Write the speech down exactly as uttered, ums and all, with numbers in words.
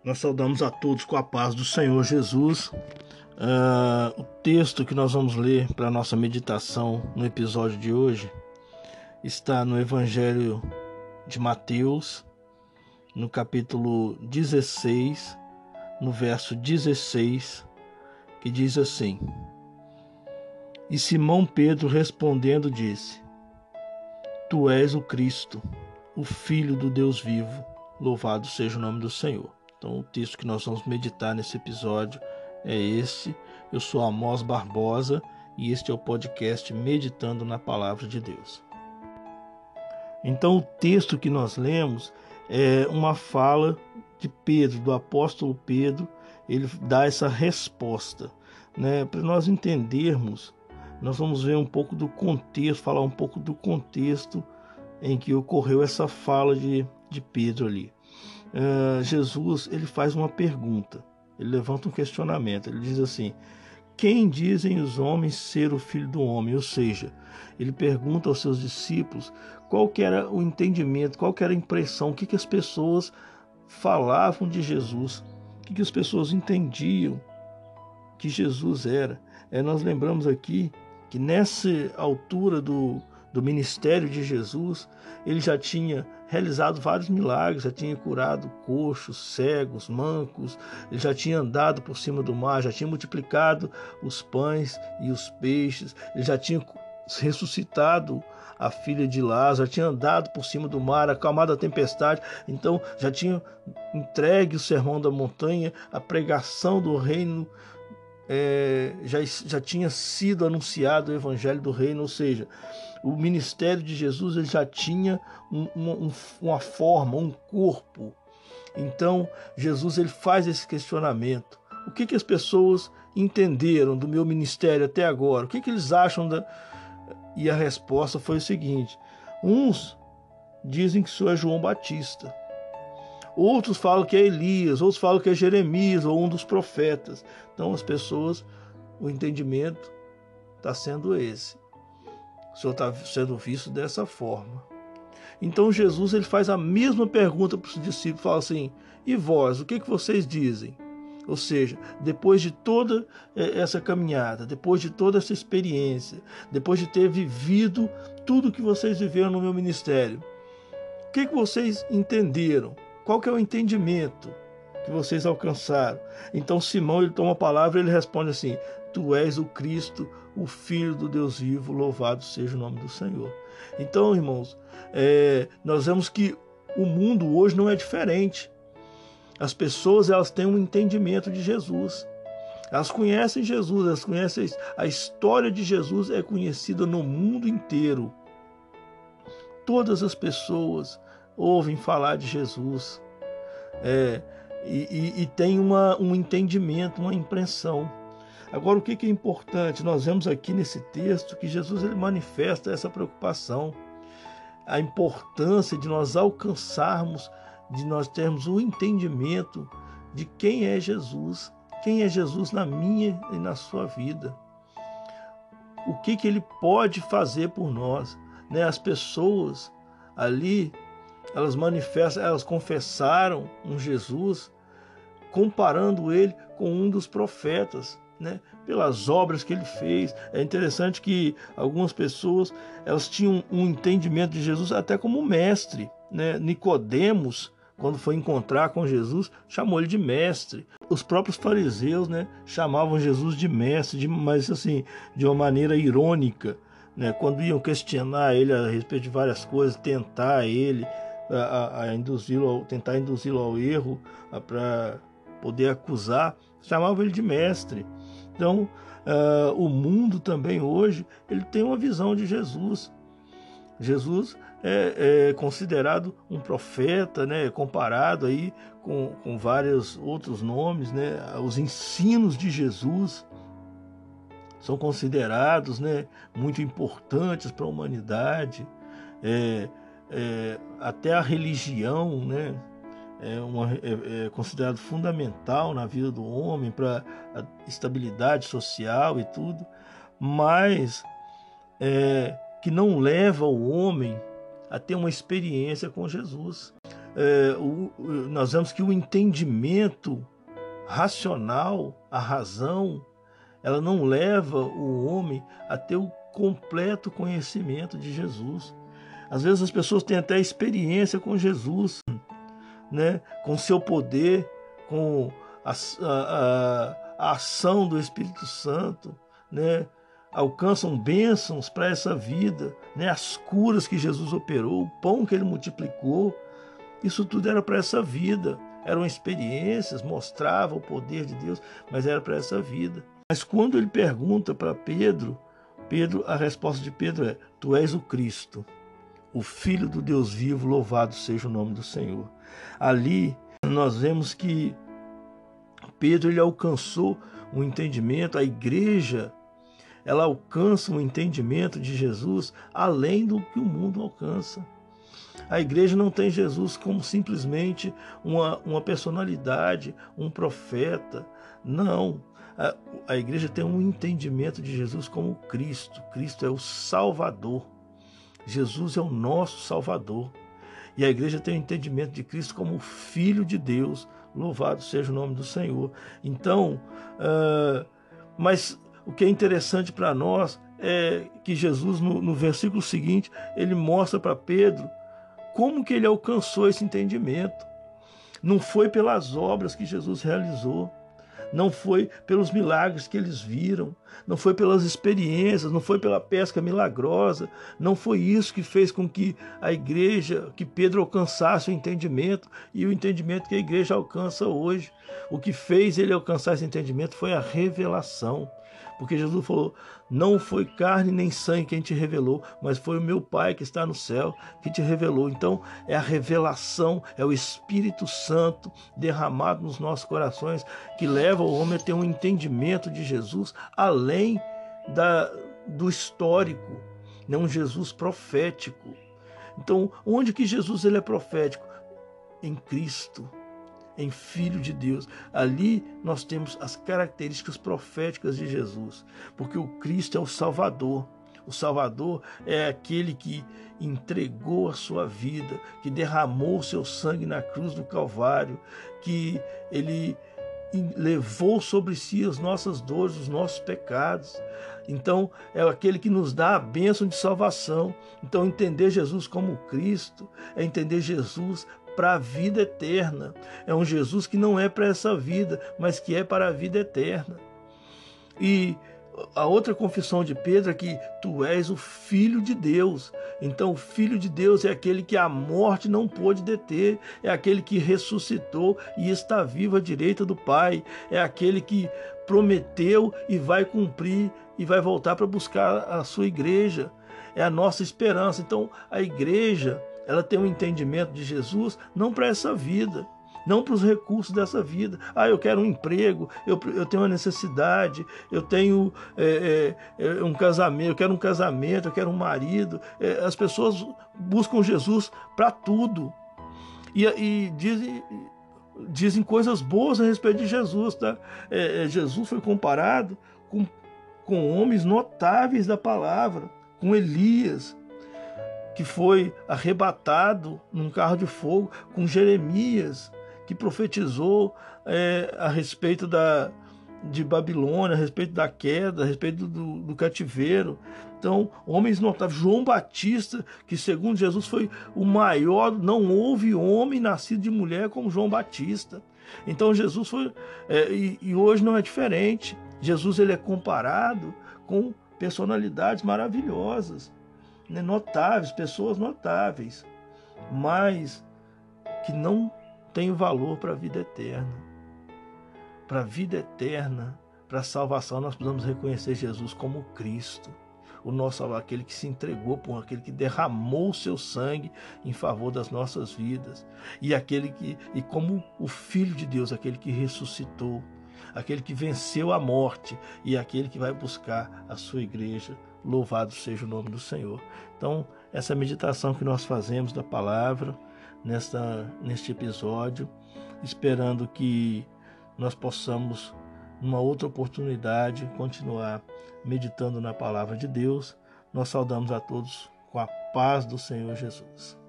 Nós saudamos a todos com a paz do Senhor Jesus. Uh, o texto que nós vamos ler para a nossa meditação no episódio de hoje está no Evangelho de Mateus, no capítulo dezesseis, no verso dezesseis, que diz assim: E Simão Pedro respondendo disse: Tu és o Cristo, o Filho do Deus vivo, louvado seja o nome do Senhor. Então o texto que nós vamos meditar nesse episódio é esse. Eu sou Amós Barbosa e este é o podcast Meditando na Palavra de Deus. Então o texto que nós lemos é uma fala de Pedro, do apóstolo Pedro. Ele dá essa resposta, né? Para nós entendermos, nós vamos ver um pouco do contexto, falar um pouco do contexto em que ocorreu essa fala de, de Pedro ali. Uh, Jesus, ele faz uma pergunta, ele levanta um questionamento, ele diz assim: quem dizem os homens ser o Filho do Homem? Ou seja, ele pergunta aos seus discípulos qual que era o entendimento, qual que era a impressão, o que, que as pessoas falavam de Jesus, o que, que as pessoas entendiam que Jesus era. É, nós lembramos aqui que nessa altura do, do ministério de Jesus, ele já tinha realizado vários milagres, já tinha curado coxos, cegos, mancos, ele já tinha andado por cima do mar, já tinha multiplicado os pães e os peixes, ele já tinha ressuscitado a filha de Lázaro, já tinha andado por cima do mar, acalmado a tempestade, então já tinha entregue o sermão da montanha, a pregação do reino. É, já, já tinha sido anunciado o evangelho do reino, ou seja, o ministério de Jesus ele já tinha um, um, uma forma, um corpo. Então Jesus ele faz esse questionamento: o que, que as pessoas entenderam do meu ministério até agora? O que, que eles acham da... E a resposta foi o seguinte: uns dizem que sou João Batista, outros falam que é Elias, outros falam que é Jeremias ou um dos profetas. Então as pessoas, o entendimento está sendo esse. O Senhor está sendo visto dessa forma. Então Jesus ele faz a mesma pergunta para os discípulos, fala assim: e vós, o que, que vocês dizem? Ou seja, depois de toda essa caminhada, depois de toda essa experiência, depois de ter vivido tudo que vocês viveram no meu ministério, o que, que vocês entenderam? Qual que é o entendimento que vocês alcançaram? Então Simão ele toma a palavra e ele responde assim: Tu és o Cristo, o Filho do Deus vivo, louvado seja o nome do Senhor. Então, irmãos, é, nós vemos que o mundo hoje não é diferente. As pessoas elas têm um entendimento de Jesus. Elas conhecem Jesus, elas conhecem a história de Jesus, é conhecida no mundo inteiro. Todas as pessoas ouvem falar de Jesus, é, e, e, e tem uma, um entendimento, uma impressão. Agora, o que, que é importante? Nós vemos aqui nesse texto que Jesus ele manifesta essa preocupação, a importância de nós alcançarmos, de nós termos o entendimento de quem é Jesus, quem é Jesus na minha e na sua vida, o que, que ele pode fazer por nós, né? As pessoas ali, elas manifestam, elas confessaram um Jesus comparando ele com um dos profetas, né? Pelas obras que ele fez. É interessante que algumas pessoas elas tinham um entendimento de Jesus até como mestre, né? Nicodemos, quando foi encontrar com Jesus, chamou ele de mestre. Os próprios fariseus, né, chamavam Jesus de mestre, de, mas assim, de uma maneira irônica, né? Quando iam questionar ele a respeito de várias coisas, tentar ele, a, a, a induzi-lo, tentar induzi-lo ao erro, para poder acusar, chamavam ele de mestre. Então, uh, o mundo também hoje ele tem uma visão de Jesus. Jesus é, é considerado um profeta, né, comparado aí com, com vários outros nomes, né? Os ensinos de Jesus são considerados, né, muito importantes para a humanidade. É, é, até a religião, né, é, uma, é, é considerado fundamental na vida do homem para a estabilidade social e tudo, mas é, que não leva o homem a ter uma experiência com Jesus. é, o, nós vemos que o entendimento racional, a razão, ela não leva o homem a ter o completo conhecimento de Jesus. Às vezes as pessoas têm até experiência com Jesus, né? Com seu poder, com a, a, a ação do Espírito Santo, né? Alcançam bênçãos para essa vida, né? As curas que Jesus operou, o pão que ele multiplicou, isso tudo era para essa vida. Eram experiências, mostrava o poder de Deus, mas era para essa vida. Mas quando ele pergunta para Pedro, Pedro, a resposta de Pedro é: tu és o Cristo, o Filho do Deus vivo, louvado seja o nome do Senhor. Ali nós vemos que Pedro ele alcançou um entendimento, a igreja ela alcança um entendimento de Jesus além do que o mundo alcança. A igreja não tem Jesus como simplesmente uma, uma personalidade, um profeta. Não. A, a igreja tem um entendimento de Jesus como Cristo. Cristo é o Salvador. Jesus é o nosso Salvador. E a igreja tem o entendimento de Cristo como Filho de Deus. Louvado seja o nome do Senhor. Então, uh, mas o que é interessante para nós é que Jesus, no, no versículo seguinte, ele mostra para Pedro como que ele alcançou esse entendimento. Não foi pelas obras que Jesus realizou, não foi pelos milagres que eles viram, não foi pelas experiências, não foi pela pesca milagrosa, não foi isso que fez com que a igreja, que Pedro alcançasse o entendimento e o entendimento que a igreja alcança hoje. O que fez ele alcançar esse entendimento foi a revelação. Porque Jesus falou: não foi carne nem sangue quem te revelou, mas foi o meu Pai que está no céu que te revelou. Então é a revelação, é o Espírito Santo derramado nos nossos corações que leva o homem a ter um entendimento de Jesus além da, do histórico, né? Um Jesus profético. Então, onde que Jesus ele é profético? Em Cristo, em Filho de Deus. Ali nós temos as características proféticas de Jesus, porque o Cristo é o Salvador. O Salvador é aquele que entregou a sua vida, que derramou o seu sangue na cruz do Calvário, que ele levou sobre si as nossas dores, os nossos pecados. Então é aquele que nos dá a bênção de salvação. Então entender Jesus como Cristo é entender Jesus para a vida eterna. É um Jesus que não é para essa vida, mas que é para a vida eterna. E a outra confissão de Pedro é que tu és o Filho de Deus. Então o Filho de Deus é aquele que a morte não pôde deter, é aquele que ressuscitou e está vivo à direita do Pai, é aquele que prometeu e vai cumprir e vai voltar para buscar a sua igreja. É a nossa esperança. Então a igreja ela tem um entendimento de Jesus não para essa vida, não para os recursos dessa vida. Ah, eu quero um emprego, eu, eu tenho uma necessidade, eu tenho é, é, um casamento, eu quero um casamento, eu quero um marido. É, as pessoas buscam Jesus para tudo e, e dizem, dizem coisas boas a respeito de Jesus, tá? É, Jesus foi comparado com, com homens notáveis da palavra, com Elias, que foi arrebatado num carro de fogo, com Jeremias, que profetizou é, a respeito da, de Babilônia, a respeito da queda, a respeito do, do cativeiro. Então, homens notáveis. João Batista, que segundo Jesus foi o maior, não houve homem nascido de mulher como João Batista. Então Jesus foi, é, e, e hoje não é diferente. Jesus ele é comparado com personalidades maravilhosas, né, notáveis, pessoas notáveis, mas que não têm valor para a vida eterna. Para a vida eterna, para a salvação, nós precisamos reconhecer Jesus como Cristo, o nosso Salvador, aquele que se entregou por aquele que derramou o seu sangue em favor das nossas vidas, e aquele que, e como o Filho de Deus, aquele que ressuscitou, aquele que venceu a morte e aquele que vai buscar a sua igreja. Louvado seja o nome do Senhor. Então, essa meditação que nós fazemos da palavra nesta, neste episódio, esperando que nós possamos, numa outra oportunidade, continuar meditando na palavra de Deus. Nós saudamos a todos com a paz do Senhor Jesus.